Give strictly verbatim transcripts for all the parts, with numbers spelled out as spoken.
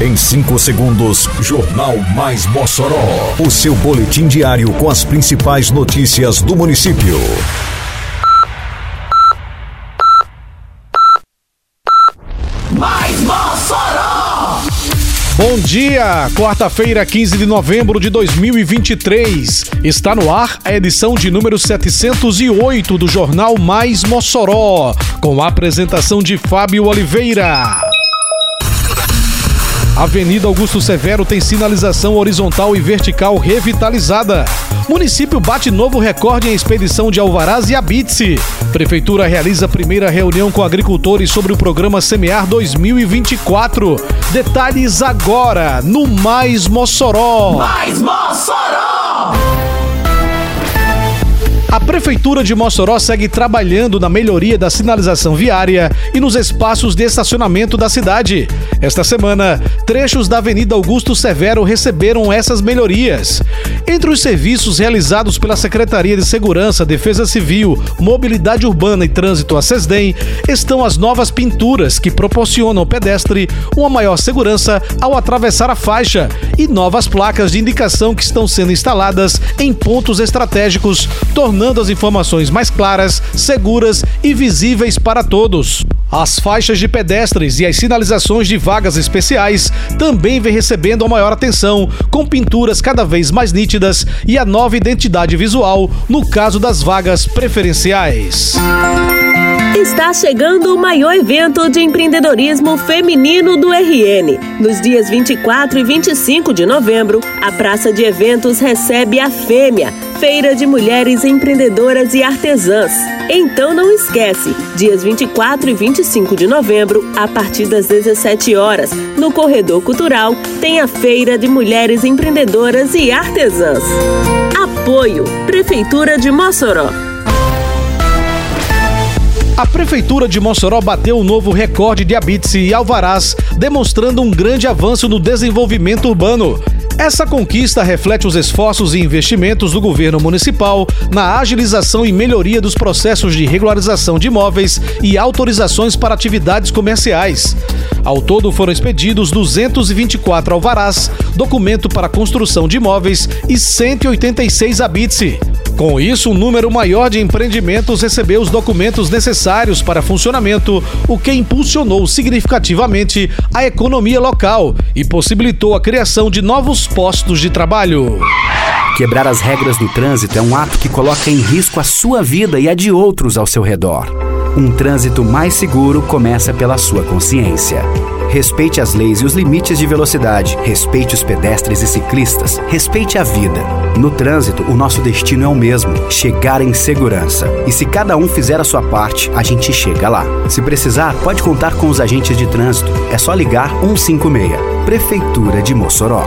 Em cinco segundos, Jornal Mais Mossoró. O seu boletim diário com as principais notícias do município. Mais Mossoró! Bom dia! Quarta-feira, quinze de novembro de dois mil e vinte e três. Está no ar a edição de número setecentos e oito do Jornal Mais Mossoró, com a apresentação de Fábio Oliveira. Avenida Augusto Severo tem sinalização horizontal e vertical revitalizada. Município bate novo recorde em expedição de alvarás e habite-se. Prefeitura realiza a primeira reunião com agricultores sobre o programa Semear dois mil e vinte e quatro. Detalhes agora no Mais Mossoró. Mais Mossoró! A Prefeitura de Mossoró segue trabalhando na melhoria da sinalização viária e nos espaços de estacionamento da cidade. Esta semana, trechos da Avenida Augusto Severo receberam essas melhorias. Entre os serviços realizados pela Secretaria de Segurança, Defesa Civil, Mobilidade Urbana e Trânsito, a SESDEM, estão as novas pinturas que proporcionam ao pedestre uma maior segurança ao atravessar a faixa e novas placas de indicação que estão sendo instaladas em pontos estratégicos, tornando as informações mais claras, seguras e visíveis para todos. As faixas de pedestres e as sinalizações de vagas especiais também vêm recebendo a maior atenção, com pinturas cada vez mais nítidas e a nova identidade visual no caso das vagas preferenciais. Está chegando o maior evento de empreendedorismo feminino do R N. Nos dias vinte e quatro e vinte e cinco de novembro, a Praça de Eventos recebe a Fêmea, Feira de Mulheres Empreendedoras e Artesãs. Então não esquece, dias vinte e quatro e vinte e cinco de novembro, a partir das dezessete horas, no Corredor Cultural, tem a Feira de Mulheres Empreendedoras e Artesãs. Apoio Prefeitura de Mossoró. A Prefeitura de Mossoró bateu um novo recorde de habite-se e alvarás, demonstrando um grande avanço no desenvolvimento urbano. Essa conquista reflete os esforços e investimentos do governo municipal na agilização e melhoria dos processos de regularização de imóveis e autorizações para atividades comerciais. Ao todo foram expedidos duzentos e vinte e quatro alvarás, documento para construção de imóveis e cento e oitenta e seis habite-se. Com isso, um número maior de empreendimentos recebeu os documentos necessários para funcionamento, o que impulsionou significativamente a economia local e possibilitou a criação de novos postos de trabalho. Quebrar as regras do trânsito é um ato que coloca em risco a sua vida e a de outros ao seu redor. Um trânsito mais seguro começa pela sua consciência. Respeite as leis e os limites de velocidade. Respeite os pedestres e ciclistas. Respeite a vida. No trânsito, o nosso destino é o mesmo: chegar em segurança. E se cada um fizer a sua parte, a gente chega lá. Se precisar, pode contar com os agentes de trânsito. É só ligar cento e cinquenta e seis. Prefeitura de Mossoró.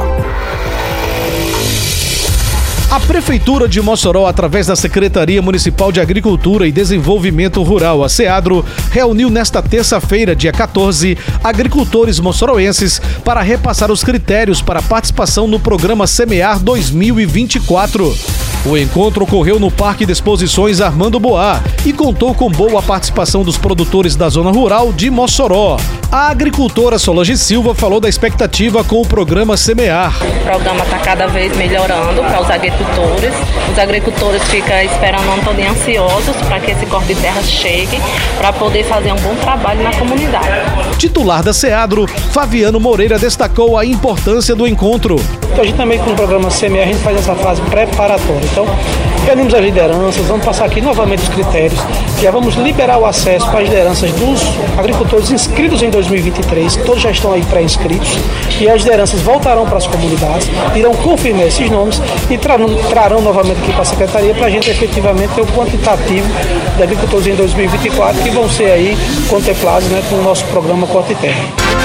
A Prefeitura de Mossoró, através da Secretaria Municipal de Agricultura e Desenvolvimento Rural, a SEADRO, reuniu nesta terça-feira, dia quatorze, agricultores mossoroenses para repassar os critérios para participação no programa Semear dois mil e vinte e quatro. O encontro ocorreu no Parque de Exposições Armando Boá e contou com boa participação dos produtores da zona rural de Mossoró. A agricultora Solange Silva falou da expectativa com o programa Semear. O programa está cada vez melhorando para os agricultores. Os agricultores ficam esperando um todo ansiosos para que esse corte de terra chegue para poder fazer um bom trabalho na comunidade. Titular da SEADRO, Fabiano Moreira, destacou a importância do encontro. A gente também, com o programa Semear, a gente faz essa fase preparatória. Então, reunimos as lideranças, vamos passar aqui novamente os critérios, já vamos liberar o acesso para as lideranças dos agricultores inscritos em dois mil e vinte e três, todos já estão aí pré-inscritos, e as lideranças voltarão para as comunidades, irão confirmar esses nomes e trarão, trarão novamente aqui para a Secretaria para a gente efetivamente ter o quantitativo de agricultores em dois mil e vinte e quatro que vão ser aí contemplados, né, com o nosso programa Corte Terra.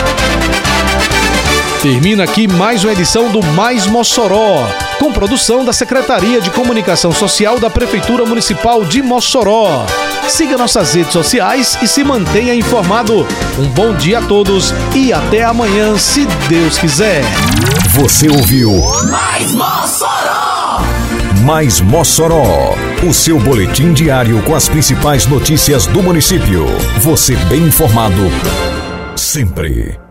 Termina aqui mais uma edição do Mais Mossoró, com produção da Secretaria de Comunicação Social da Prefeitura Municipal de Mossoró. Siga nossas redes sociais e se mantenha informado. Um bom dia a todos e até amanhã, se Deus quiser. Você ouviu Mais Mossoró! Mais Mossoró, o seu boletim diário com as principais notícias do município. Você bem informado sempre.